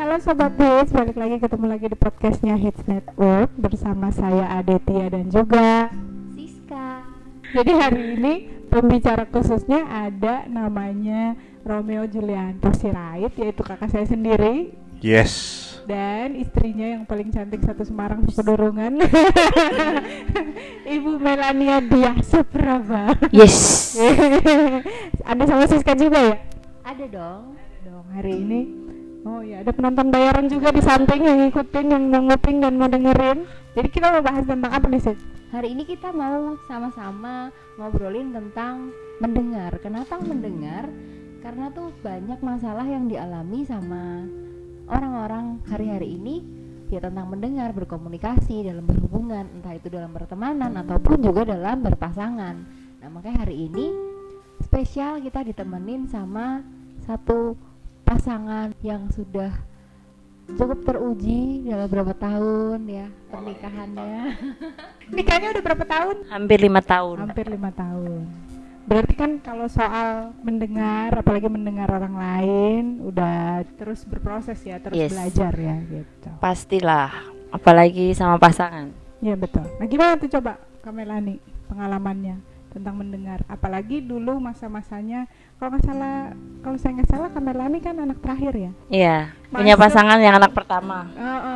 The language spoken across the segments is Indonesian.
Halo Sobat Hits, balik lagi ketemu lagi di podcastnya Hits Network bersama saya Adetia dan juga Siska. Jadi hari ini pembicara khususnya ada namanya Romeo Julianto Sirait, yaitu kakak saya sendiri. Yes. Dan istrinya yang paling cantik satu Semarang Pedurungan, Ibu Melania Diah Supraba. Yes. Ada sama Siska juga ya? Ada dong. Hari ini. Oh ya, ada penonton bayaran juga di samping yang ngikutin, yang mau nguping dan mau dengerin. Jadi kita mau bahas tentang apa nih, Sis? Hari ini kita mau sama-sama ngobrolin tentang mendengar. Kenapa mendengar? Karena tuh banyak masalah yang dialami sama orang-orang hari-hari ini ya tentang mendengar, berkomunikasi dalam berhubungan, entah itu dalam pertemanan ataupun juga dalam berpasangan. Nah, makanya hari ini spesial kita ditemenin sama satu pasangan yang sudah cukup teruji dalam beberapa tahun ya pernikahannya. Nikahnya udah berapa tahun? Hampir 5 tahun. Hampir 5 tahun. Berarti kan kalau soal mendengar, apalagi mendengar orang lain, udah terus berproses ya, terus Yes. belajar ya gitu. Pastilah, apalagi sama pasangan. Iya betul. Nah gimana tuh coba Kamelani pengalamannya tentang mendengar, apalagi dulu masa-masanya, kalau saya nggak salah Kamelani kan anak terakhir ya. Iya, punya Masuk. pasangan yang anak pertama.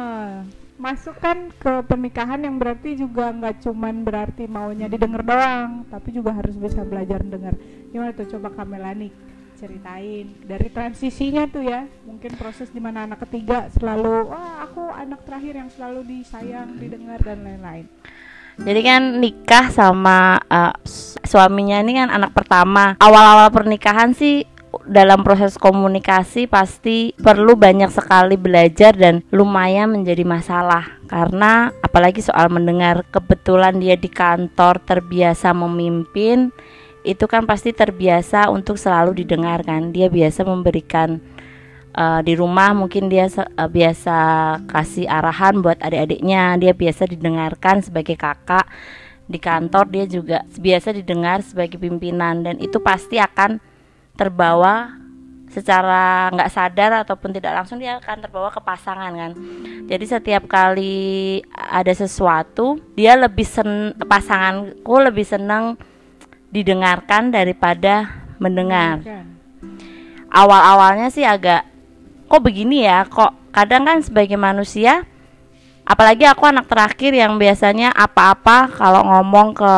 Masuk kan ke pernikahan yang berarti juga nggak cuman berarti maunya didengar doang, tapi juga harus bisa belajar dengar. Gimana tuh coba Kamelani ceritain dari transisinya tuh ya, mungkin proses dimana anak ketiga selalu wah aku anak terakhir yang selalu disayang, didengar dan lain-lain. Jadi kan nikah sama suaminya ini kan anak pertama. Awal-awal pernikahan sih dalam proses komunikasi pasti perlu banyak sekali belajar dan lumayan menjadi masalah. Karena apalagi soal mendengar, kebetulan dia di kantor terbiasa memimpin, itu kan pasti terbiasa untuk selalu didengarkan. Dia biasa memberikan di rumah mungkin dia biasa kasih arahan buat adik-adiknya, dia biasa didengarkan sebagai kakak. Di kantor dia juga biasa didengar sebagai pimpinan, dan itu pasti akan terbawa secara nggak sadar ataupun tidak langsung, dia akan terbawa ke pasangan kan. Jadi setiap kali ada sesuatu, dia pasanganku lebih senang didengarkan daripada mendengar. Awal-awalnya sih agak kok begini ya, kok kadang kan sebagai manusia, apalagi aku anak terakhir yang biasanya apa-apa kalau ngomong ke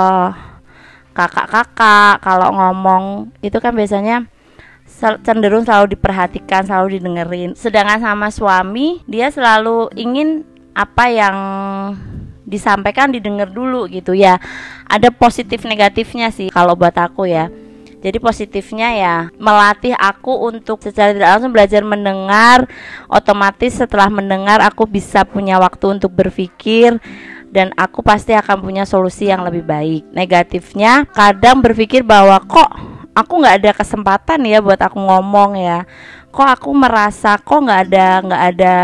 kakak-kakak, kalau ngomong itu kan biasanya cenderung selalu diperhatikan, selalu didengerin. Sedangkan sama suami, dia selalu ingin apa yang disampaikan didengar dulu gitu ya. Ada positif negatifnya sih kalau buat aku ya. Jadi positifnya ya melatih aku untuk secara tidak langsung belajar mendengar. Otomatis setelah mendengar aku bisa punya waktu untuk berpikir, dan aku pasti akan punya solusi yang lebih baik. Negatifnya kadang berpikir bahwa kok aku nggak ada kesempatan ya buat aku ngomong ya. Kok aku merasa kok nggak ada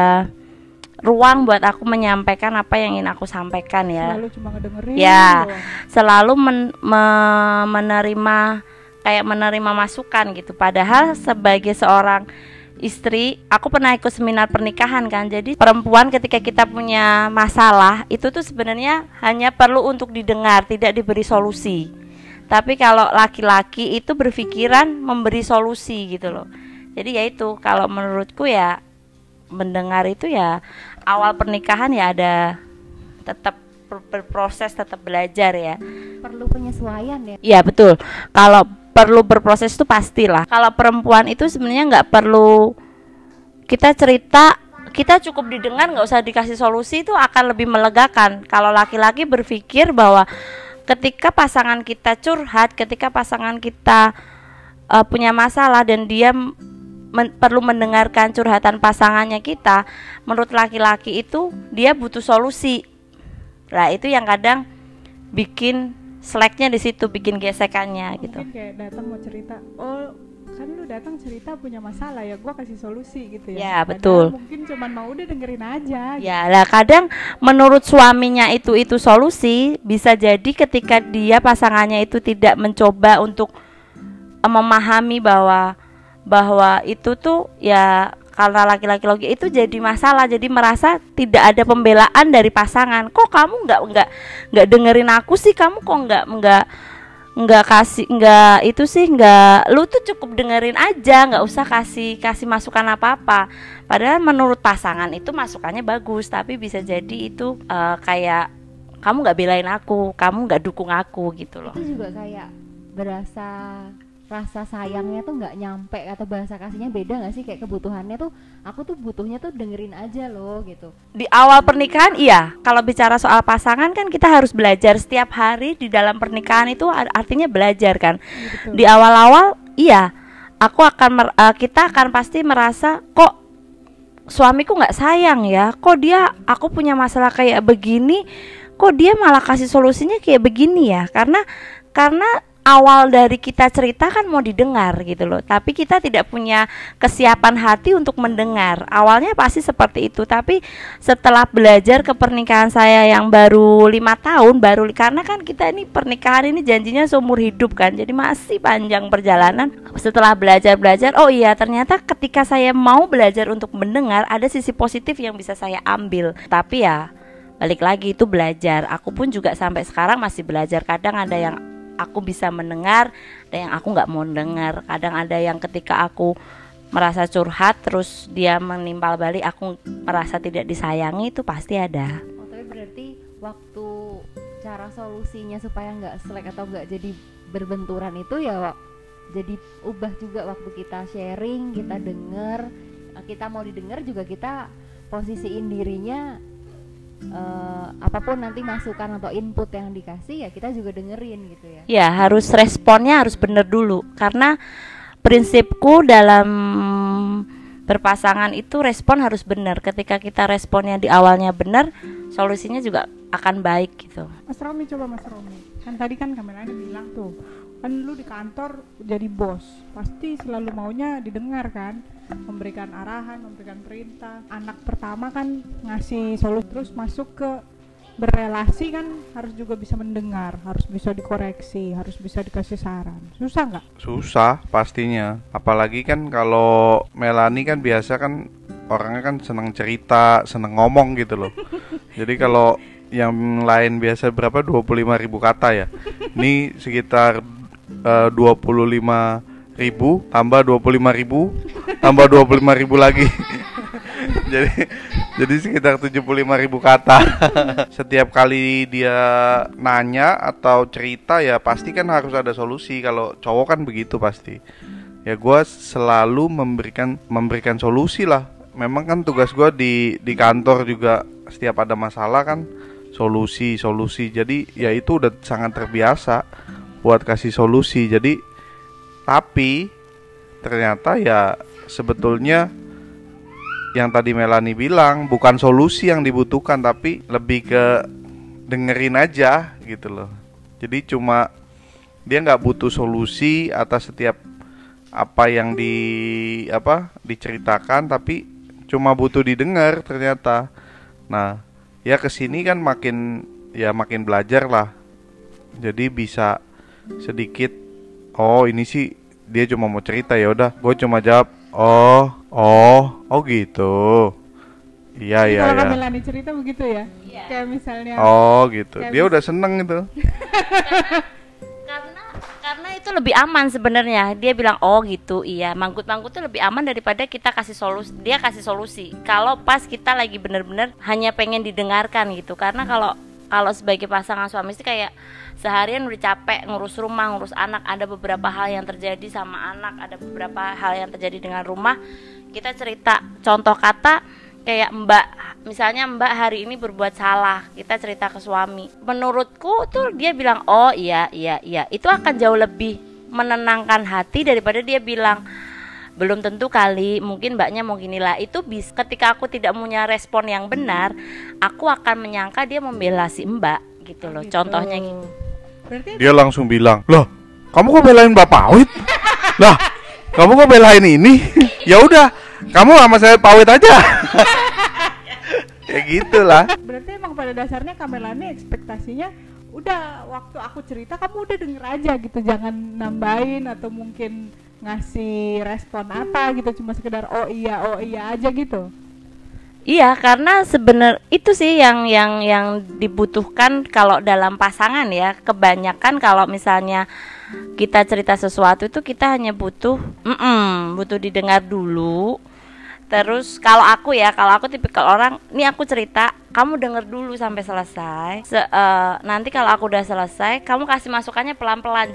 ruang buat aku menyampaikan apa yang ingin aku sampaikan ya. Selalu cuma ngedengerin. Ya, selalu menerima masukan gitu. Padahal sebagai seorang istri, aku pernah ikut seminar pernikahan kan. Jadi perempuan ketika kita punya masalah itu tuh sebenarnya hanya perlu untuk didengar, tidak diberi solusi. Tapi kalau laki-laki itu berpikiran memberi solusi gitu loh. Jadi ya itu, kalau menurutku ya mendengar itu ya awal pernikahan ya ada tetap berproses, tetap belajar ya. Perlu penyesuaian ya. Iya betul. Kalau perlu berproses itu pastilah. Kalau perempuan itu sebenarnya nggak perlu kita cerita, kita cukup didengar, nggak usah dikasih solusi, itu akan lebih melegakan. Kalau laki-laki berpikir bahwa ketika pasangan kita curhat, ketika pasangan kita punya masalah dan dia perlu mendengarkan curhatan pasangannya kita, menurut laki-laki itu dia butuh solusi. Lah itu yang kadang bikin slacknya di situ, bikin gesekannya gitu. Mungkin kayak datang mau cerita, oh kan lu datang cerita punya masalah ya, gua kasih solusi gitu ya. Ya, Padahal betul. mungkin cuman mau udah dengerin aja. Ya lah, kadang menurut suaminya itu solusi, bisa jadi ketika dia pasangannya itu tidak mencoba untuk memahami bahwa itu tuh ya karena laki-laki itu jadi masalah, jadi merasa tidak ada pembelaan dari pasangan. Kok kamu nggak dengerin aku sih, kamu kok nggak kasih, nggak itu sih, nggak, lu tuh cukup dengerin aja, nggak usah kasih masukan apa-apa. Padahal menurut pasangan itu masukannya bagus, tapi bisa jadi itu kayak kamu nggak belain aku, kamu nggak dukung aku gitu loh. Itu juga kayak rasa sayangnya tuh nggak nyampe, atau bahasa kasihnya beda nggak sih, kayak kebutuhannya tuh aku tuh butuhnya tuh dengerin aja loh gitu. Di awal pernikahan iya, kalau bicara soal pasangan kan kita harus belajar setiap hari di dalam pernikahan, itu artinya belajar kan. Betul. Di awal-awal iya, kita akan pasti merasa kok suamiku nggak sayang ya, kok aku punya masalah kayak begini, kok dia malah kasih solusinya kayak begini ya, karena awal dari kita cerita kan mau didengar gitu loh, tapi kita tidak punya kesiapan hati untuk mendengar. Awalnya pasti seperti itu, tapi setelah belajar ke pernikahan saya yang baru 5 tahun, karena kan kita ini pernikahan ini janjinya seumur hidup kan, jadi masih panjang perjalanan. Setelah belajar, oh iya ternyata ketika saya mau belajar untuk mendengar, ada sisi positif yang bisa saya ambil. Tapi ya balik lagi, itu belajar. Aku pun juga sampai sekarang masih belajar. Kadang ada yang aku bisa mendengar, ada yang aku nggak mau dengar. Kadang ada yang ketika aku merasa curhat terus dia menimpal balik, aku merasa tidak disayangi, itu pasti ada. Oh, tapi berarti waktu cara solusinya supaya nggak selek atau nggak jadi berbenturan itu ya jadi ubah juga waktu kita sharing, kita denger, kita mau didengar juga, kita posisiin dirinya. Apapun nanti masukan atau input yang dikasih ya kita juga dengerin gitu ya. Ya harus responnya harus bener dulu, karena prinsipku dalam berpasangan itu respon harus bener. Ketika kita responnya di awalnya bener, solusinya juga akan baik gitu. Mas Romi, kan tadi kan Kamelani bilang tuh, kan lu di kantor jadi bos, pasti selalu maunya didengar kan, memberikan arahan, memberikan perintah. Anak pertama kan ngasih solusi, terus masuk ke berelasi kan harus juga bisa mendengar, harus bisa dikoreksi, harus bisa dikasih saran. Susah nggak? Susah pastinya, apalagi kan kalau Melani kan biasa kan orangnya kan seneng cerita, seneng ngomong gitu loh. Jadi kalau yang lain biasa berapa, 25.000 kata ya, ini sekitar 25.000 tambah 25.000 tambah 25.000 lagi. jadi sekitar 75.000 kata. Setiap kali dia nanya atau cerita ya pasti kan harus ada solusi. Kalau cowok kan begitu pasti. Ya gue selalu memberikan solusi lah. Memang kan tugas gue di kantor juga, setiap ada masalah kan solusi. Jadi ya itu udah sangat terbiasa buat kasih solusi. Jadi tapi ternyata ya sebetulnya yang tadi Melani bilang bukan solusi yang dibutuhkan, tapi lebih ke dengerin aja gitu loh. Jadi cuma dia nggak butuh solusi atas setiap apa yang diceritakan, tapi cuma butuh didengar ternyata. Nah ya kesini kan makin belajar lah. Jadi bisa sedikit, oh ini sih dia cuma mau cerita, ya udah gue cuma jawab oh gitu. Iya. Kalau Kamelani cerita begitu ya? Iya. Kayak misalnya gitu. Dia udah seneng itu. Karena itu lebih aman sebenarnya. Dia bilang oh gitu, iya. Mangkut-mangkut itu lebih aman daripada kita kasih solusi. Dia kasih solusi. Kalau pas kita lagi bener-bener hanya pengen didengarkan gitu. Karena kalau sebagai pasangan suami istri kayak seharian udah capek ngurus rumah, ngurus anak, ada beberapa hal yang terjadi sama anak, ada beberapa hal yang terjadi dengan rumah, kita cerita. Contoh kata kayak misalnya Mbak hari ini berbuat salah, kita cerita ke suami. Menurutku tuh dia bilang oh iya, itu akan jauh lebih menenangkan hati daripada dia bilang belum tentu kali, mungkin mbaknya mau gini lah. Itu bisa, ketika aku tidak punya respon yang benar, aku akan menyangka dia membela si mbak gitu loh. Contohnya gitu. berarti Dia langsung bilang, loh kamu kok belain Bapak Awit? Lah kamu kok belain ini? Ya udah kamu sama saya Pawit aja. Kayak gitulah. Berarti emang pada dasarnya Kamelani ekspektasinya udah waktu aku cerita kamu udah denger aja gitu, jangan nambahin atau mungkin ngasih respon apa gitu, cuma sekedar oh iya aja gitu. Iya, karena itu sih yang dibutuhkan kalau dalam pasangan ya. Kebanyakan kalau misalnya kita cerita sesuatu itu kita hanya butuh didengar dulu. Terus kalau aku tipikal orang, nih aku cerita, kamu denger dulu sampai selesai. Nanti kalau aku udah selesai, kamu kasih masukannya pelan-pelan,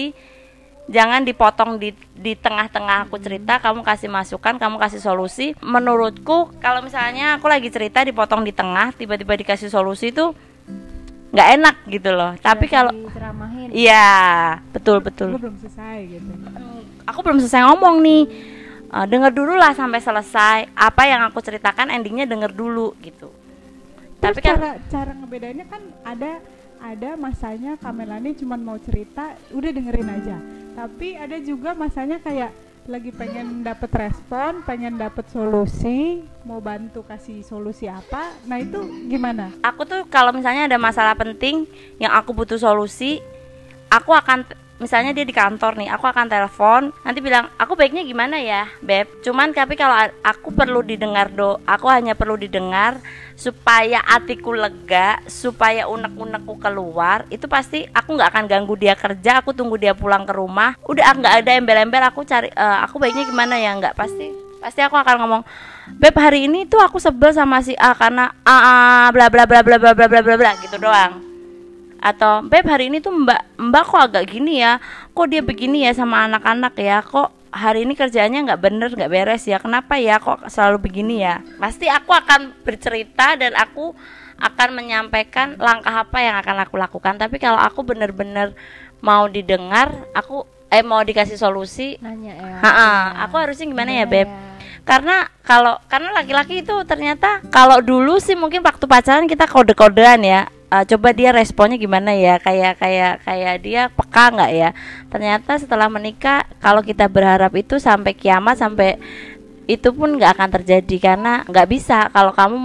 jangan dipotong di tengah-tengah aku cerita, kamu kasih masukan, kamu kasih solusi. Menurutku kalau misalnya aku lagi cerita dipotong di tengah, tiba-tiba dikasih solusi itu nggak enak gitu loh. Tapi kalau diceramahin. Iya, betul. Gue belum selesai gitu. Aku belum selesai ngomong nih. Denger dulu lah sampai selesai. Apa yang aku ceritakan endingnya denger dulu gitu. Terus Tapi kan cara ngebedainnya kan ada masanya Kamelani cuma mau cerita, udah dengerin aja. Tapi ada juga masanya kayak lagi pengen dapet respon, pengen dapet solusi, mau bantu kasih solusi apa. Nah itu gimana? aku tuh kalau misalnya ada masalah penting yang aku butuh solusi, aku akan misalnya dia di kantor nih, aku akan telepon, nanti bilang aku baiknya gimana ya beb. Cuman tapi kalau aku perlu didengar aku hanya perlu didengar supaya hatiku lega, supaya unek-unekku keluar. Itu pasti aku nggak akan ganggu dia kerja, aku tunggu dia pulang ke rumah, udah nggak ada embel-embel aku cari aku baiknya gimana ya, nggak, pasti aku akan ngomong, beb hari ini tuh aku sebel sama si A karena bla bla bla bla bla bla bla bla gitu doang. Atau beb hari ini tuh mbak kok agak gini ya, kok dia begini ya sama anak-anak ya, kok hari ini kerjaannya nggak bener, nggak beres ya, kenapa ya kok selalu begini ya. Pasti aku akan bercerita dan aku akan menyampaikan langkah apa yang akan aku lakukan. Tapi kalau aku bener-bener mau didengar, mau dikasih solusi, Nanya ya. Aku harusnya gimana ya beb. Karena laki-laki itu ternyata kalau dulu sih mungkin waktu pacaran kita kode-kodean ya. Coba dia responnya gimana ya, kayak dia peka nggak ya. Ternyata setelah menikah kalau kita berharap itu sampai kiamat, sampai itu pun nggak akan terjadi. Karena nggak bisa kalau kamu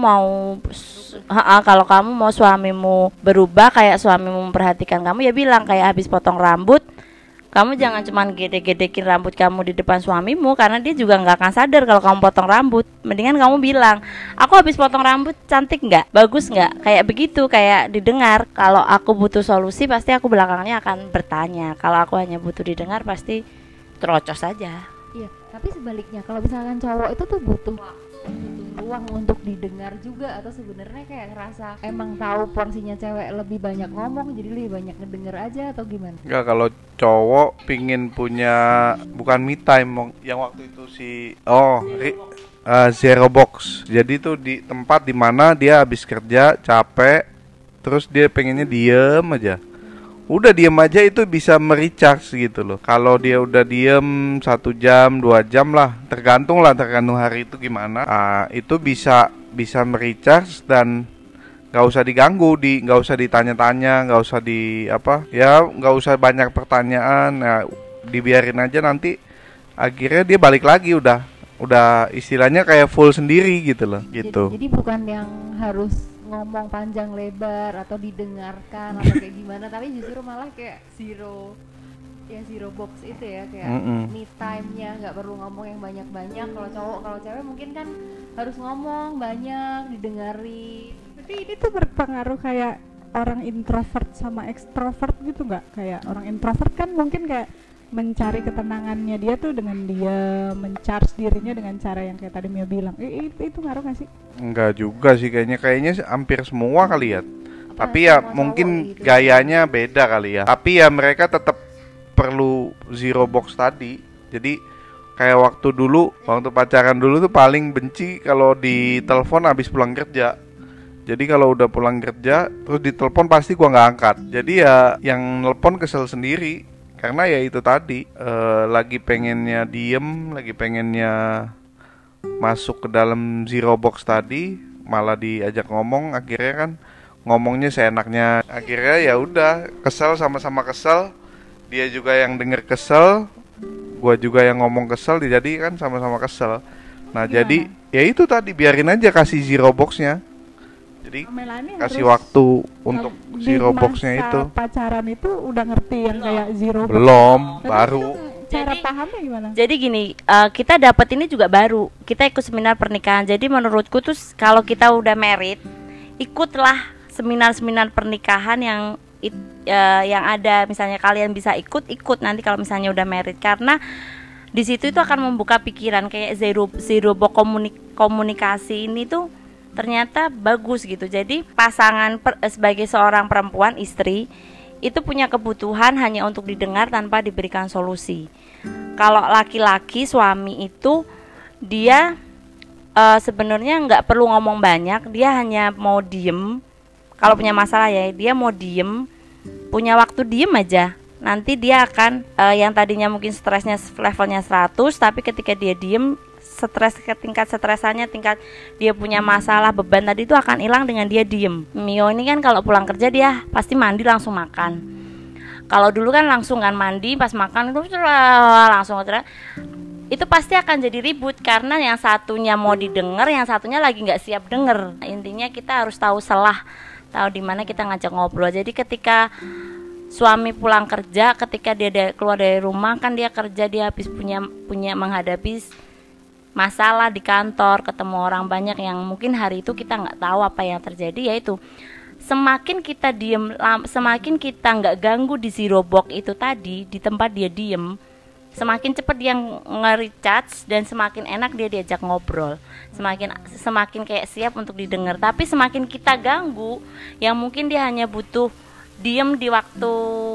mau suamimu berubah, kayak suamimu memperhatikan kamu, ya bilang kayak habis potong rambut, kamu jangan cuman gede-gedekin rambut kamu di depan suamimu, karena dia juga nggak akan sadar kalau kamu potong rambut. Mendingan kamu bilang, aku habis potong rambut, cantik nggak, bagus nggak, kayak begitu, kayak didengar. Kalau aku butuh solusi pasti aku belakangnya akan bertanya. Kalau aku hanya butuh didengar pasti terocos saja. Iya, tapi sebaliknya kalau misalkan cowok itu tuh butuh ruang untuk didengar juga, atau sebenarnya kayak ngerasa emang tahu porsinya cewek lebih banyak ngomong jadi lebih banyak ngedenger aja, atau gimana? Enggak, kalau cowok pingin punya bukan me time yang waktu itu zero box. Jadi tuh di tempat dimana dia habis kerja capek, terus dia pengennya diem aja. Udah diem aja itu bisa merecharge gitu loh. Kalau dia udah diem 1 jam 2 jam lah, tergantung hari itu gimana. Itu bisa merecharge dan nggak usah diganggu, nggak usah ditanya-tanya, nggak usah nggak usah banyak pertanyaan. Nah, dibiarin aja, nanti akhirnya dia balik lagi udah istilahnya kayak full sendiri gitu loh. Gitu. Jadi bukan yang harus ngomong panjang lebar atau didengarkan atau kayak gimana, tapi justru malah kayak zero box itu ya, kayak me time-nya, nggak perlu ngomong yang banyak-banyak. Kalau cewek mungkin kan harus ngomong banyak, didengarin. Berarti ini tuh berpengaruh kayak orang introvert sama ekstrovert gitu nggak? Kayak orang introvert kan mungkin kayak mencari ketenangannya dia tuh dengan dia men-charge dirinya dengan cara yang kayak tadi Mia bilang. Itu ngaruh nggak sih? Enggak juga sih, kayaknya hampir semua kali ya. Tapi ya mungkin gitu, gayanya beda kali ya. Tapi ya mereka tetap perlu zero box tadi. Jadi kayak waktu pacaran dulu tuh paling benci kalau di telepon habis pulang kerja. Jadi kalau udah pulang kerja terus ditelepon pasti gua nggak angkat. Jadi ya yang nelpon kesel sendiri. Karena ya itu tadi, lagi pengennya diem, lagi pengennya masuk ke dalam zero box tadi, malah diajak ngomong, akhirnya kan ngomongnya seenaknya. Akhirnya ya udah kesel, sama-sama kesel. Dia juga yang denger kesel, gua juga yang ngomong kesel, jadi kan sama-sama kesel. Nah jadi ya itu tadi, biarin aja, kasih zero boxnya. Jadi kasih waktu untuk zero boxnya itu. Pacaran itu udah ngerti yang kayak zero box. Belum, baru. cara Jadi- pahamnya gimana? Jadi gini, kita dapat ini juga baru. Kita ikut seminar pernikahan. Jadi menurutku tuh kalau kita udah married, ikutlah seminar-seminar pernikahan yang ada. Misalnya kalian bisa ikut nanti kalau misalnya udah married, karena di situ itu akan membuka pikiran kayak zero box komunikasi ini tuh ternyata bagus gitu. Jadi pasangan sebagai seorang perempuan istri itu punya kebutuhan hanya untuk didengar tanpa diberikan solusi. Kalau laki-laki suami itu dia sebenarnya nggak perlu ngomong banyak, dia hanya mau diem. Kalau punya masalah ya dia mau diem, punya waktu diem aja. Nanti dia akan yang tadinya mungkin stresnya levelnya 100, tapi ketika dia diem, tingkat stresannya, tingkat dia punya masalah beban tadi itu akan hilang dengan dia diem. Mio ini kan kalau pulang kerja dia pasti mandi langsung makan. Kalau dulu kan langsung kan mandi pas makan itu langsung itu pasti akan jadi ribut karena yang satunya mau didengar, yang satunya lagi nggak siap denger. Intinya kita harus tahu tahu di mana kita ngajak ngobrol. Jadi ketika suami pulang kerja, ketika dia keluar dari rumah kan dia kerja, dia habis punya menghadapi masalah di kantor, ketemu orang banyak yang mungkin hari itu kita nggak tahu apa yang terjadi. Yaitu semakin kita diem, semakin kita nggak ganggu di zero box itu tadi, di tempat dia diem, semakin cepat dia nge-recharge dan semakin enak dia diajak ngobrol, semakin kayak siap untuk didengar. Tapi semakin kita ganggu, yang mungkin dia hanya butuh diem di waktu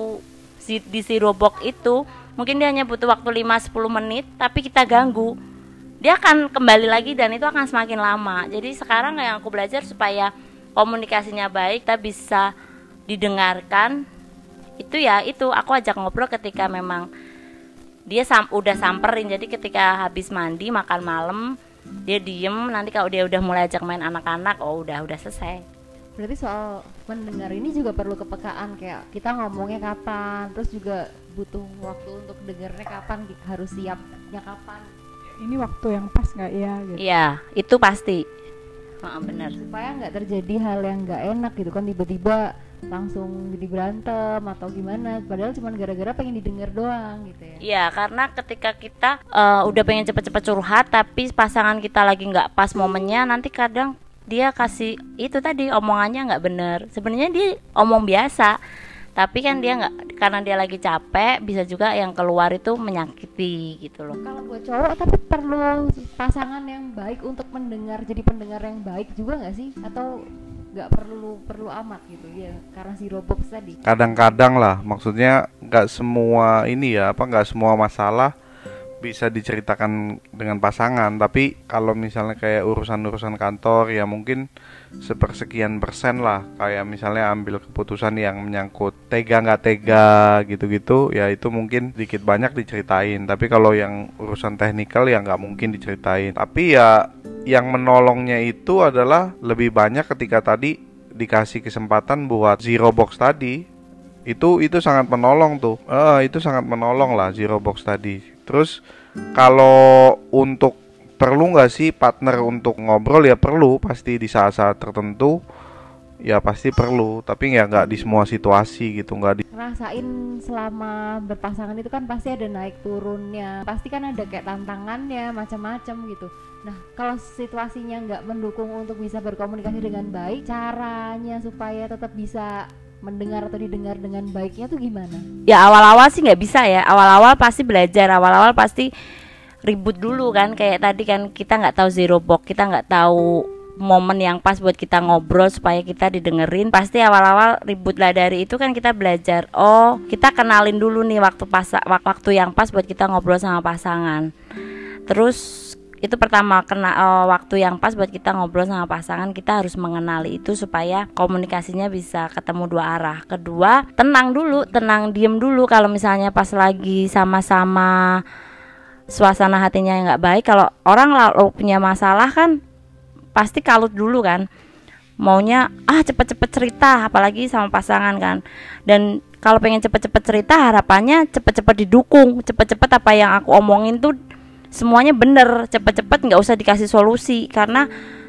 di zero box itu, mungkin dia hanya butuh waktu 5-10 menit, tapi kita ganggu, dia akan kembali lagi dan itu akan semakin lama. Jadi sekarang yang aku belajar supaya komunikasinya baik, kita bisa didengarkan. Itu aku ajak ngobrol ketika memang dia udah samperin. Jadi ketika habis mandi makan malam dia diem, nanti kalau dia udah mulai ajak main anak-anak, udah selesai. Berarti soal mendengar ini juga perlu kepekaan, kayak kita ngomongnya kapan, terus juga butuh waktu untuk dengarnya kapan, harus siapnya kapan. Ini waktu yang pas nggak ya gitu. Iya, itu pasti. Benar. Supaya nggak terjadi hal yang nggak enak gitu kan, tiba-tiba langsung jadi berantem atau gimana, padahal cuma gara-gara pengen didengar doang gitu ya. Iya, karena ketika kita udah pengen cepet-cepet curhat tapi pasangan kita lagi nggak pas momennya, nanti kadang dia kasih itu tadi omongannya nggak bener. Sebenarnya dia omong biasa, tapi kan dia nggak, karena dia lagi capek, bisa juga yang keluar itu menyakiti gitu loh. Kalau buat cowok tapi perlu pasangan yang baik untuk mendengar, jadi pendengar yang baik juga nggak sih, atau nggak perlu amat gitu ya, karena si Robox tadi. Kadang-kadang lah, maksudnya nggak semua nggak semua masalah bisa diceritakan dengan pasangan. Tapi kalau misalnya kayak urusan-urusan kantor ya mungkin sepersekian persen lah, kayak misalnya ambil keputusan yang menyangkut tega nggak tega gitu-gitu, ya itu mungkin sedikit banyak diceritain. Tapi kalau yang urusan teknikal ya nggak mungkin diceritain. Tapi ya yang menolongnya itu adalah lebih banyak ketika tadi dikasih kesempatan buat zero box tadi. Itu sangat menolong tuh. Itu sangat menolong lah zero box tadi. Terus kalau untuk perlu nggak sih partner untuk ngobrol, ya perlu, pasti di saat-saat tertentu ya pasti perlu, tapi ya nggak di semua situasi gitu, nggak di. Rasain selama berpasangan itu kan pasti ada naik turunnya, pasti kan ada kayak tantangannya macam-macam gitu. Nah kalau situasinya nggak mendukung untuk bisa berkomunikasi dengan baik, caranya supaya tetap bisa mendengar atau didengar dengan baiknya tuh gimana? Ya awal-awal sih nggak bisa ya, awal-awal pasti belajar, awal-awal pasti ribut dulu kan, kayak tadi kan kita nggak tahu zero box, kita nggak tahu momen yang pas buat kita ngobrol supaya kita didengerin. Pasti awal-awal ribut lah, dari itu kan kita belajar, kita kenalin dulu nih waktu yang pas buat kita ngobrol sama pasangan. Terus itu pertama, waktu yang pas buat kita ngobrol sama pasangan, kita harus mengenali itu supaya komunikasinya bisa ketemu dua arah. Kedua, tenang dulu, diem dulu. Kalau misalnya pas lagi sama-sama suasana hatinya yang nggak baik, kalau orang lalu punya masalah kan pasti kalut dulu kan, maunya cepet-cepet cerita, apalagi sama pasangan kan. Dan kalau pengen cepet-cepet cerita, harapannya cepet-cepet didukung, cepet-cepet apa yang aku omongin tuh semuanya bener, cepet-cepet, nggak usah dikasih solusi, karena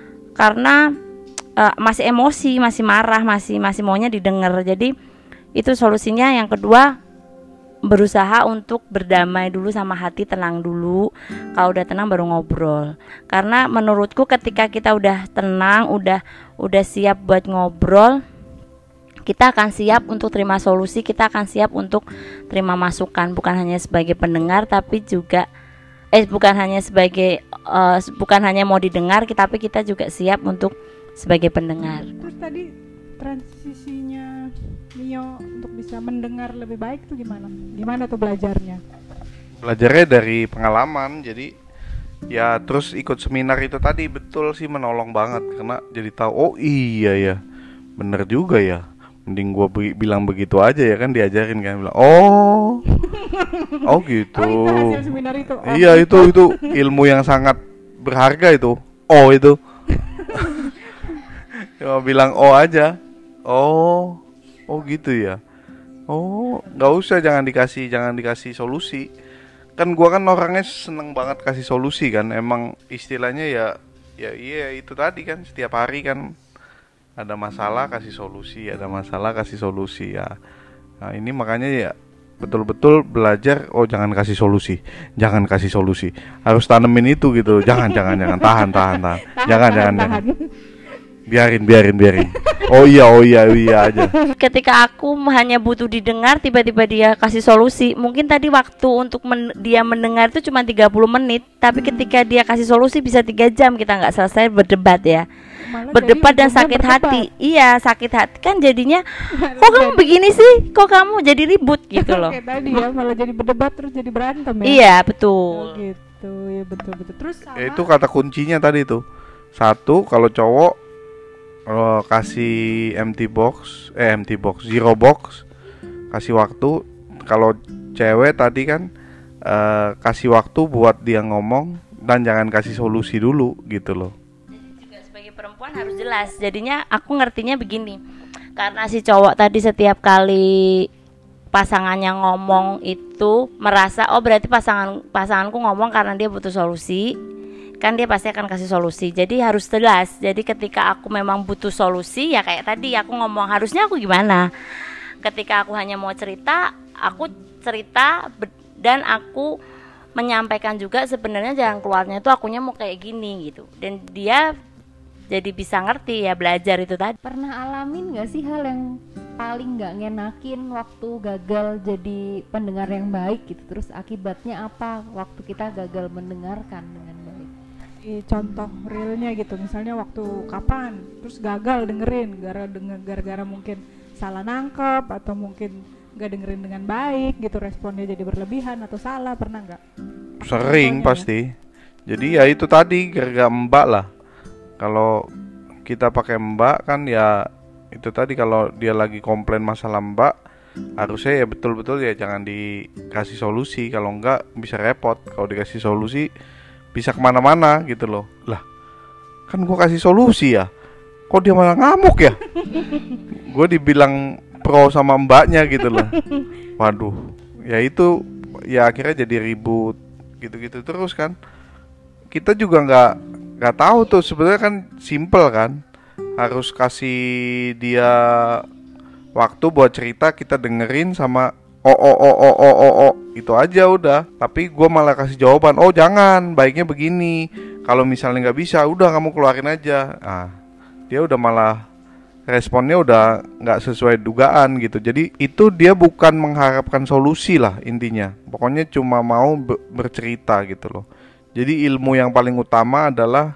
masih emosi, masih marah, masih maunya didengar. Jadi itu solusinya. Yang kedua, berusaha untuk berdamai dulu sama hati, tenang dulu. Kalau udah tenang baru ngobrol. Karena menurutku ketika kita udah tenang, udah siap buat ngobrol, kita akan siap untuk terima solusi, kita akan siap untuk terima masukan, bukan hanya sebagai pendengar tapi juga bukan hanya mau didengar, tapi kita juga siap untuk sebagai pendengar. Terus tadi transisinya Mio untuk bisa mendengar lebih baik tuh gimana? Gimana tuh belajarnya? Belajarnya dari pengalaman, jadi ya terus ikut seminar itu tadi betul sih menolong banget karena jadi tahu oh iya ya bener juga ya, mending gua bilang begitu aja ya kan, diajarin kan, bilang oh gitu. Oh itu hasil seminar itu. Oh, iya itu ilmu yang sangat berharga itu. Itu cuma bilang aja. Oh gitu ya. Nggak usah, jangan dikasih solusi. Kan gua kan orangnya seneng banget kasih solusi kan. Emang istilahnya ya iya itu tadi kan, setiap hari kan ada masalah kasih solusi, ada masalah kasih solusi ya. Nah, ini makanya ya betul-betul belajar jangan kasih solusi. Harus tanemin itu gitu. Jangan tahan. Jangan. Biarin. Oh iya aja. Ketika aku hanya butuh didengar, tiba-tiba dia kasih solusi. Mungkin tadi waktu untuk dia mendengar itu cuma 30 menit, tapi ketika dia kasih solusi bisa 3 jam kita nggak selesai berdebat ya. Berdebat dan sakit hati. Iya, sakit hati kan jadinya. Kok kamu begini sih? Kok kamu jadi ribut gitu loh. Kayak tadi ya, malah jadi berdebat terus jadi berantem ya. Iya, betul. Gitu ya, betul. Terus sama Itu kata kuncinya tadi tuh. 1, kalau cowok kasih empty box, zero box, kasih waktu. Kalau cewek tadi kan kasih waktu buat dia ngomong dan jangan kasih solusi dulu gitu loh. Juga sebagai perempuan harus jelas. Jadinya aku ngertinya begini, karena si cowok tadi setiap kali pasangannya ngomong itu merasa berarti pasanganku ngomong karena dia butuh solusi, kan dia pasti akan kasih solusi. Jadi harus jelas. Jadi ketika aku memang butuh solusi, ya kayak tadi aku ngomong harusnya aku gimana. Ketika aku hanya mau cerita, aku cerita dan aku menyampaikan juga sebenarnya jalan keluarnya itu akunya mau kayak gini gitu. Dan dia jadi bisa ngerti ya, belajar itu tadi. Pernah alamin gak sih hal yang paling gak ngenakin waktu gagal jadi pendengar yang baik gitu? Terus akibatnya apa waktu kita gagal mendengarkan dengan baik? contoh realnya gitu, misalnya waktu kapan terus gagal dengerin gara-gara mungkin salah nangkep atau mungkin nggak dengerin dengan baik gitu, responnya jadi berlebihan atau salah, pernah nggak? Sering pasti. Jadi ya itu tadi gara-gara mbak lah. Kalau kita pakai mbak kan ya itu tadi, kalau dia lagi komplain masalah mbak, harusnya ya betul-betul ya jangan dikasih solusi. Kalau enggak bisa repot. Kalau dikasih solusi bisa kemana-mana gitu loh. Lah kan gue kasih solusi ya, kok dia malah ngamuk ya. Gue dibilang pro sama mbaknya gitu loh. Waduh, ya itu ya akhirnya jadi ribut gitu-gitu terus kan. Kita juga nggak tahu tuh sebenarnya kan simple kan, harus kasih dia waktu buat cerita, kita dengerin sama itu aja udah. Tapi gue malah kasih jawaban, oh jangan, baiknya begini, kalau misalnya nggak bisa udah kamu keluarin aja. Nah dia udah malah responnya udah nggak sesuai dugaan gitu. Jadi itu dia bukan mengharapkan solusi lah intinya, pokoknya cuma mau bercerita gitu loh. Jadi ilmu yang paling utama adalah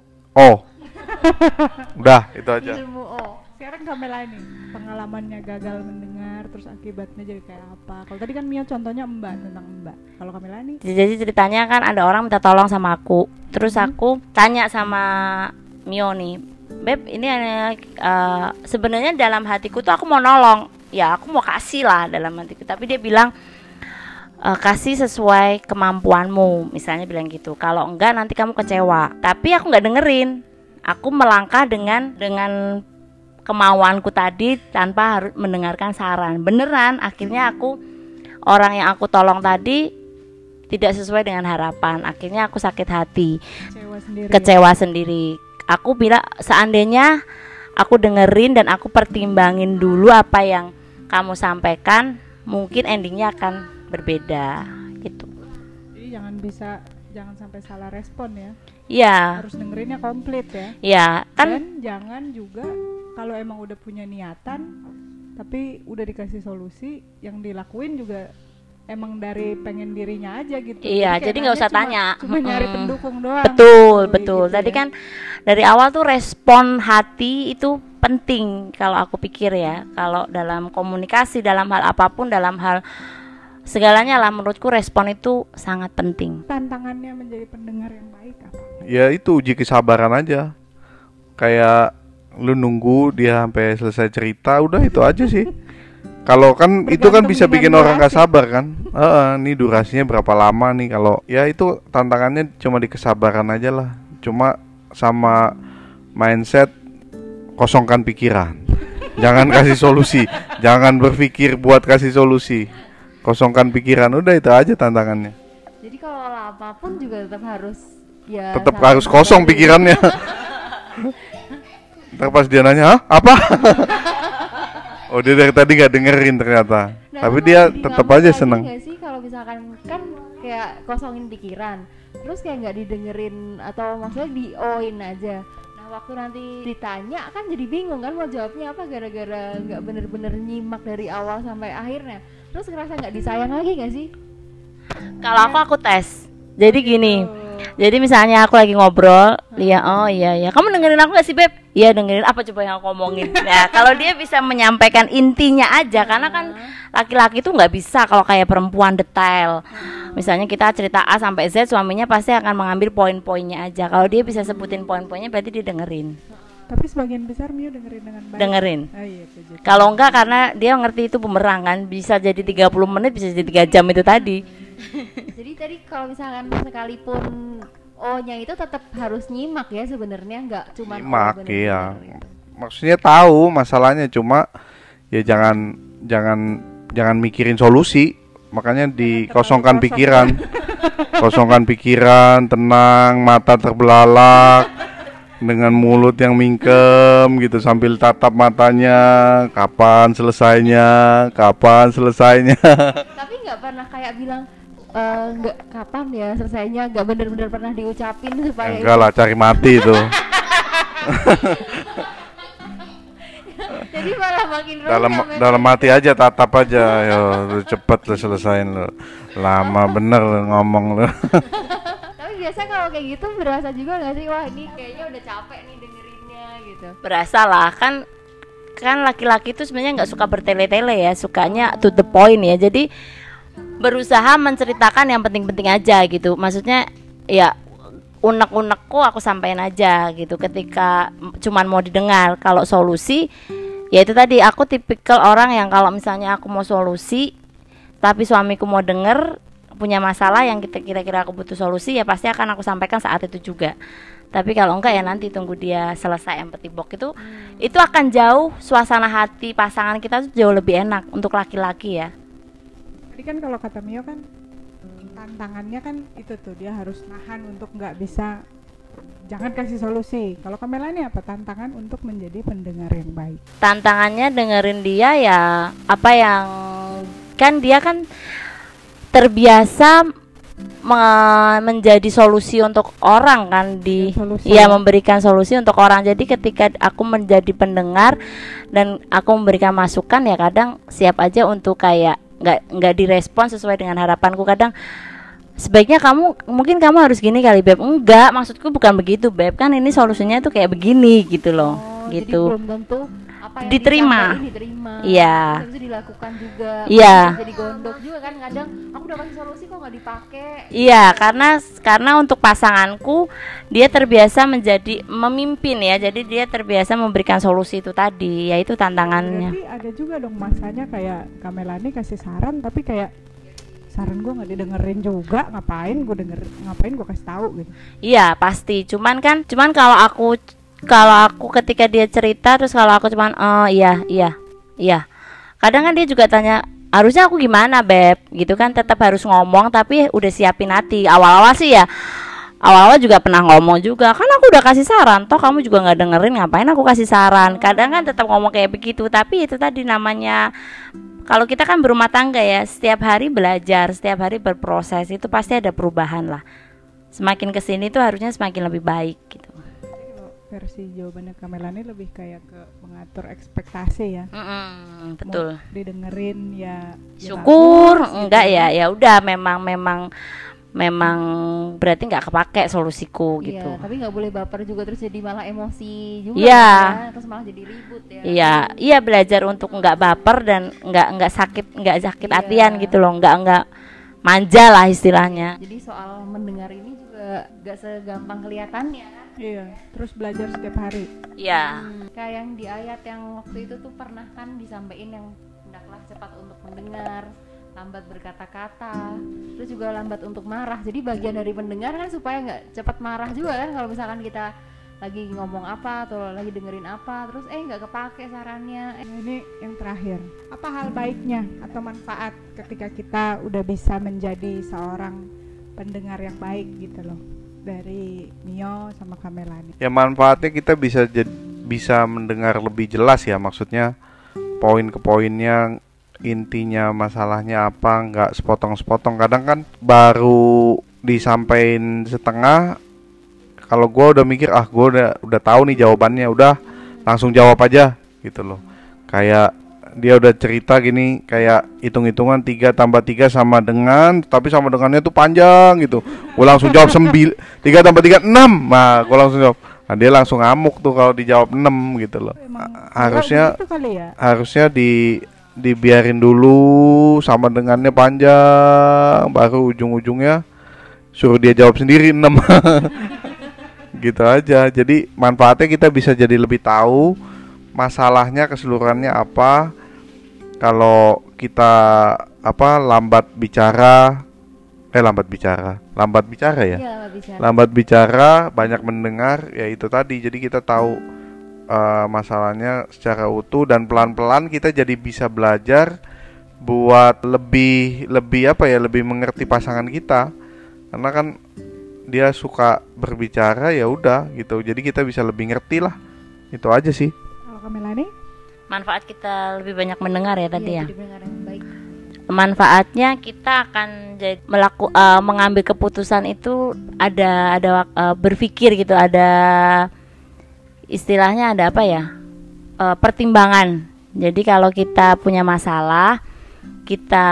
udah itu aja. Ilmu Sekarang Kamela nih, pengalamannya gagal mendengar terus akibatnya jadi kayak apa? Kalau tadi kan Mio contohnya tentang mbak. Kalau Kamela nih? Jadi ceritanya kan ada orang minta tolong sama aku. Terus aku tanya sama Mio nih, Beb, ini sebenarnya dalam hatiku tuh aku mau nolong. Ya aku mau kasih lah dalam hatiku. Tapi dia bilang kasih sesuai kemampuanmu, misalnya bilang gitu. Kalau enggak nanti kamu kecewa. Tapi aku nggak dengerin. Aku melangkah dengan kemauanku tadi tanpa harus mendengarkan saran. Beneran, akhirnya orang yang aku tolong tadi tidak sesuai dengan harapan. Akhirnya aku sakit hati, kecewa sendiri. Aku bilang seandainya aku dengerin dan aku pertimbangin dulu apa yang kamu sampaikan, mungkin endingnya akan berbeda gitu. Jadi jangan sampai salah respon ya. Iya. Harus dengerinnya komplit ya. Iya, kan Dan jangan juga kalau emang udah punya niatan tapi udah dikasih solusi, yang dilakuin juga emang dari pengen dirinya aja gitu. iya, kayak jadi nggak usah cuma tanya. nyari Mm-mm. pendukung doang. Betul, Gitu, betul. gitu Tadi ya. kan dari awal tuh respon hati itu penting kalau aku pikir ya. Kalau dalam komunikasi, dalam hal apapun, dalam hal segalanya lah, menurutku respon itu sangat penting. Tantangannya menjadi pendengar yang baik apa? Ya itu uji kesabaran aja. Kayak lu nunggu dia sampai selesai cerita, udah itu aja sih. Kalau kan itu kan Bergantung bisa dengan bikin orang gak durasi. sabar kan. Nih durasinya berapa lama nih, kalau ya itu tantangannya cuma di kesabaran aja lah. Cuma sama mindset, kosongkan pikiran. Jangan kasih solusi, jangan berpikir buat kasih solusi. Kosongkan pikiran, udah itu aja tantangannya. Jadi kalau apapun juga tetap harus ya Tetap saling harus kosong berbagi. pikirannya. Ntar pas dia nanya, "Hah? Apa?" Oh, dia dari tadi gak dengerin ternyata. Nah, Tapi itu dia jadi tetap ngambek aja lagi seneng. nggak sih kalau misalkan kan kayak kosongin pikiran, terus kayak nggak didengerin atau maksudnya di-oin aja. Nah waktu nanti ditanya kan jadi bingung kan mau jawabnya apa, gara-gara nggak bener-bener nyimak dari awal sampai akhirnya. Terus ngerasa nggak disayang lagi nggak sih? Kalau aku tes. Jadi gini. Jadi misalnya aku lagi ngobrol, Lia, oh iya, kamu dengerin aku gak sih Beb? Iya dengerin, apa coba yang aku ngomongin? Nah kalau dia bisa menyampaikan intinya aja, karena kan laki-laki tuh nggak bisa kalau kayak perempuan detail. Misalnya kita cerita A sampai Z, suaminya pasti akan mengambil poin-poinnya aja. Kalau dia bisa sebutin poin-poinnya, berarti dia dengerin. Tapi sebagian besar Mio dengerin dengan baik. Dengerin. Ah, iya, itu jadi. Kalau enggak, karena dia ngerti itu bumerang kan, bisa jadi 30 menit, bisa jadi 3 jam itu tadi. Jadi tadi kalau misalkan sekalipun O-nya itu tetap harus nyimak ya sebenarnya, nggak cuma Nyimak, O iya. bener-bener gitu. Maksudnya tahu masalahnya, cuma ya jangan mikirin solusi. Makanya dikosongkan terlalu kosong. pikiran. Kosongkan pikiran, tenang, mata terbelalak, dengan mulut yang mingkem gitu sambil tatap matanya, kapan selesainya. Tapi nggak pernah kayak bilang nggak kapan ya selesainya, nggak bener-bener pernah diucapin supaya Enggak lah, cari mati itu. jadi malah makin dalam hati aja, tatap aja, yo lu cepet lu selesain lu, lama bener lu ngomong lu. Tapi biasa kalau kayak gitu berasa juga nggak sih, wah ini kayaknya udah capek nih dengerinnya gitu. Berasa lah, kan laki-laki itu sebenarnya nggak suka bertele-tele ya, sukanya to the point ya. Jadi berusaha menceritakan yang penting-penting aja gitu. Maksudnya ya unek-unekku aku sampaikan aja gitu ketika cuman mau didengar. Kalau solusi ya itu tadi, aku tipikal orang yang kalau misalnya aku mau solusi tapi suamiku mau denger, punya masalah yang kira-kira aku butuh solusi, ya pasti akan aku sampaikan saat itu juga. Tapi kalau enggak ya nanti tunggu dia selesai empathy box itu akan jauh suasana hati pasangan kita tuh jauh lebih enak untuk laki-laki ya. Tadi kan kalau kata Mio kan tantangannya kan itu tuh, dia harus nahan untuk nggak bisa, jangan kasih solusi. Kalau Kamela ini apa tantangan untuk menjadi pendengar yang baik? Tantangannya dengerin dia ya, apa yang kan dia kan terbiasa menjadi solusi untuk orang kan, memberikan solusi untuk orang. Jadi ketika aku menjadi pendengar dan aku memberikan masukan, ya kadang siap aja untuk kayak nggak direspon sesuai dengan harapanku. Kadang sebaiknya mungkin kamu harus gini kali Beb. Enggak, maksudku bukan begitu Beb, kan ini solusinya tuh kayak begini gitu loh. Jadi gitu. belum tentu apa yang Diterima. diterima. Iya. Terus itu dilakukan juga. Iya. Jadi gondok juga kan, kadang aku udah kasih solusi kok nggak dipakai. Iya, karena untuk pasanganku dia terbiasa menjadi memimpin ya. Jadi dia terbiasa memberikan solusi itu tadi, yaitu tantangannya. Berarti ada juga dong masanya kayak Kamela ini kasih saran tapi kayak saran gue nggak didengerin juga, ngapain gue kasih tahu gitu. Iya, pasti. Cuman kalau aku ketika dia cerita terus kalau aku cuman iya. Kadang kan dia juga tanya, harusnya aku gimana Beb gitu kan, tetap harus ngomong tapi udah siapin hati. Awal-awal sih ya awal-awal juga pernah ngomong juga, kan aku udah kasih saran, toh kamu juga nggak dengerin, ngapain aku kasih saran. Kadang kan tetap ngomong kayak begitu, tapi itu tadi namanya, kalau kita kan berumah tangga ya, setiap hari belajar, setiap hari berproses, itu pasti ada perubahan lah. Semakin kesini tuh harusnya semakin lebih baik gitu. Kalau versi jawabannya Kamelani lebih kayak ke mengatur ekspektasi ya. Betul. Mau didengerin ya Syukur, bagus, enggak gitu. ya udah, memang berarti nggak kepake solusiku gitu. Iya, tapi nggak boleh baper juga terus jadi malah emosi juga. Iya. Ya, terus malah jadi ribut ya. Iya belajar untuk nggak baper dan nggak sakit Iya. hatian gitu loh, nggak manja lah istilahnya. Jadi soal mendengar ini juga nggak segampang kelihatannya. Iya, terus belajar setiap hari. Iya. Kayak yang di ayat yang waktu itu tuh pernah kan disampaikan yang hendaklah cepat untuk mendengar, lambat berkata-kata, terus juga lambat untuk marah. Jadi bagian dari pendengar kan supaya nggak cepat marah juga kan, kalau misalkan kita lagi ngomong apa atau lagi dengerin apa terus nggak kepake sarannya. Nah, ini yang terakhir. Apa hal baiknya atau manfaat ketika kita udah bisa menjadi seorang pendengar yang baik gitu loh, dari Mio sama Kamelani? Ya manfaatnya kita bisa mendengar lebih jelas ya, maksudnya poin ke poinnya, intinya masalahnya apa, nggak sepotong-sepotong. Kadang kan baru disampaikan setengah, kalau gue udah mikir gue udah tahu nih jawabannya, udah langsung jawab aja gitu loh. Kayak dia udah cerita gini, kayak hitung-hitungan 3 tambah 3 sama dengan, tapi sama dengannya tuh panjang gitu. Gue langsung jawab 3 tambah 3 6. Nah gue langsung jawab. Nah dia langsung ngamuk tuh kalau dijawab 6 gitu loh. Harusnya gitu kali ya? Harusnya dibiarin dulu sama dengannya panjang, baru ujung-ujungnya suruh dia jawab sendiri 6. Gitu aja. Jadi manfaatnya kita bisa jadi lebih tahu masalahnya keseluruhannya apa. Kalau kita lambat bicara ya. Iya, bisa. Lambat bicara, banyak mendengar, ya itu tadi. Jadi kita tahu masalahnya secara utuh, dan pelan-pelan kita jadi bisa belajar buat lebih mengerti pasangan kita. Karena kan dia suka berbicara, ya udah gitu. Jadi kita bisa lebih ngerti lah. Itu aja sih. Kalau Kamelani? Manfaat kita lebih banyak mendengar ya tadi ya. Jadi pendengar yang baik. Manfaatnya kita akan jadi mengambil keputusan itu ada berpikir gitu, ada istilahnya ada apa ya, pertimbangan. Jadi kalau kita punya masalah, kita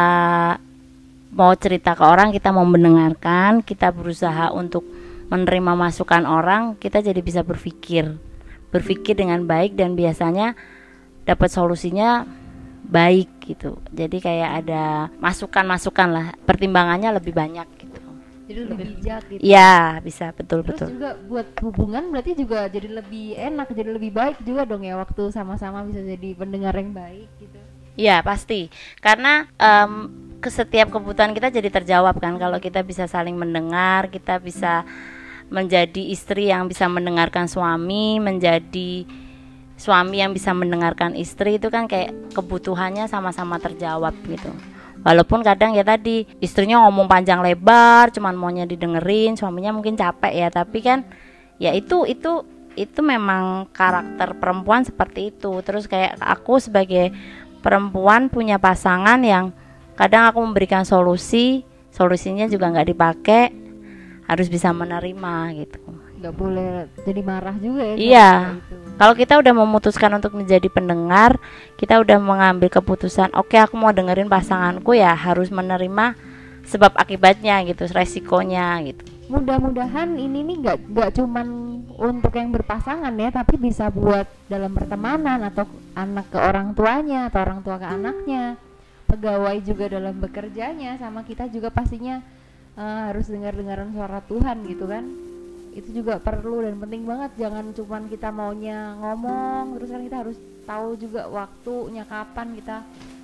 mau cerita ke orang, kita mau mendengarkan, kita berusaha untuk menerima masukan orang, kita jadi bisa berpikir dengan baik, dan biasanya dapat solusinya baik gitu. Jadi kayak ada masukan lah, pertimbangannya lebih banyak gitu. Jadi lebih bijak gitu. Iya, bisa, betul. Terus juga buat hubungan berarti juga jadi lebih enak, jadi lebih baik juga dong ya, waktu sama-sama bisa jadi pendengar yang baik gitu. Iya, pasti. Karena setiap kebutuhan kita jadi terjawab kan, kalau kita bisa saling mendengar, kita bisa menjadi istri yang bisa mendengarkan suami, menjadi suami yang bisa mendengarkan istri, itu kan kayak kebutuhannya sama-sama terjawab gitu. Walaupun kadang ya tadi istrinya ngomong panjang lebar, cuman maunya didengerin, suaminya mungkin capek ya, tapi kan ya itu memang karakter perempuan seperti itu. Terus kayak aku sebagai perempuan punya pasangan yang kadang aku memberikan solusinya juga nggak dipakai, harus bisa menerima gitu. Nggak boleh jadi marah juga ya. Iya. Kalau kita udah memutuskan untuk menjadi pendengar, kita udah mengambil keputusan, oke, aku mau dengerin pasanganku, ya harus menerima sebab akibatnya gitu, resikonya gitu. Mudah-mudahan ini nih nggak cuman untuk yang berpasangan ya, tapi bisa buat dalam pertemanan, atau anak ke orang tuanya, atau orang tua ke anaknya, pegawai juga dalam bekerjanya, sama kita juga pastinya harus dengar-dengaran suara Tuhan gitu kan. Itu juga perlu dan penting banget. Jangan cuman kita maunya ngomong terus, kan kita harus tahu juga waktunya kapan kita,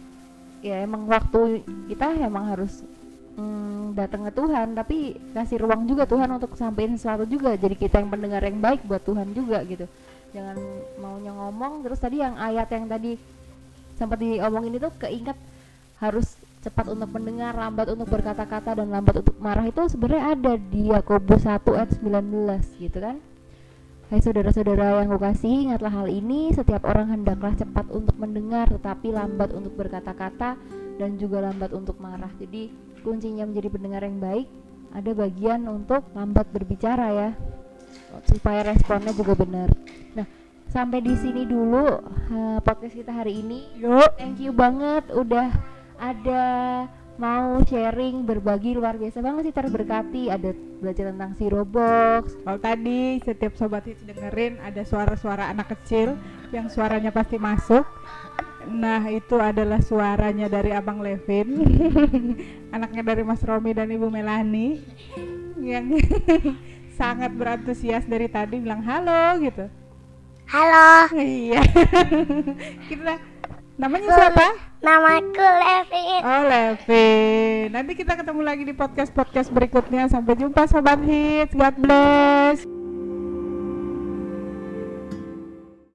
ya emang waktu kita emang harus datang ke Tuhan, tapi kasih ruang juga Tuhan untuk sampein sesuatu juga. Jadi kita yang pendengar yang baik buat Tuhan juga gitu. Jangan maunya ngomong terus. Tadi yang ayat yang tadi sempat diomongin itu keinget, harus cepat untuk mendengar, lambat untuk berkata-kata, dan lambat untuk marah itu sebenarnya ada di Yakobus 1 ayat 19 gitu kan. Hai saudara-saudara yang kukasihi, ingatlah hal ini, setiap orang hendaklah cepat untuk mendengar tetapi lambat untuk berkata-kata dan juga lambat untuk marah. Jadi kuncinya menjadi pendengar yang baik ada bagian untuk lambat berbicara ya, supaya responnya juga benar. Nah, sampai di sini dulu podcast kita hari ini. Yuk. Thank you banget udah ada mau sharing, berbagi, luar biasa banget sih, terberkati. Ada belajar tentang Zero Box. Kalau tadi setiap sobat hits dengerin ada suara-suara anak kecil yang suaranya pasti masuk. Nah, itu adalah suaranya dari Abang Levin, anaknya dari Mas Romi dan Ibu Melani, yang sangat berantusias dari tadi bilang halo gitu. Halo, Iya. Kita namanya siapa? namaku Levin. Oh, Levin. Nanti kita ketemu lagi di podcast berikutnya. Sampai jumpa sobat hits. God bless.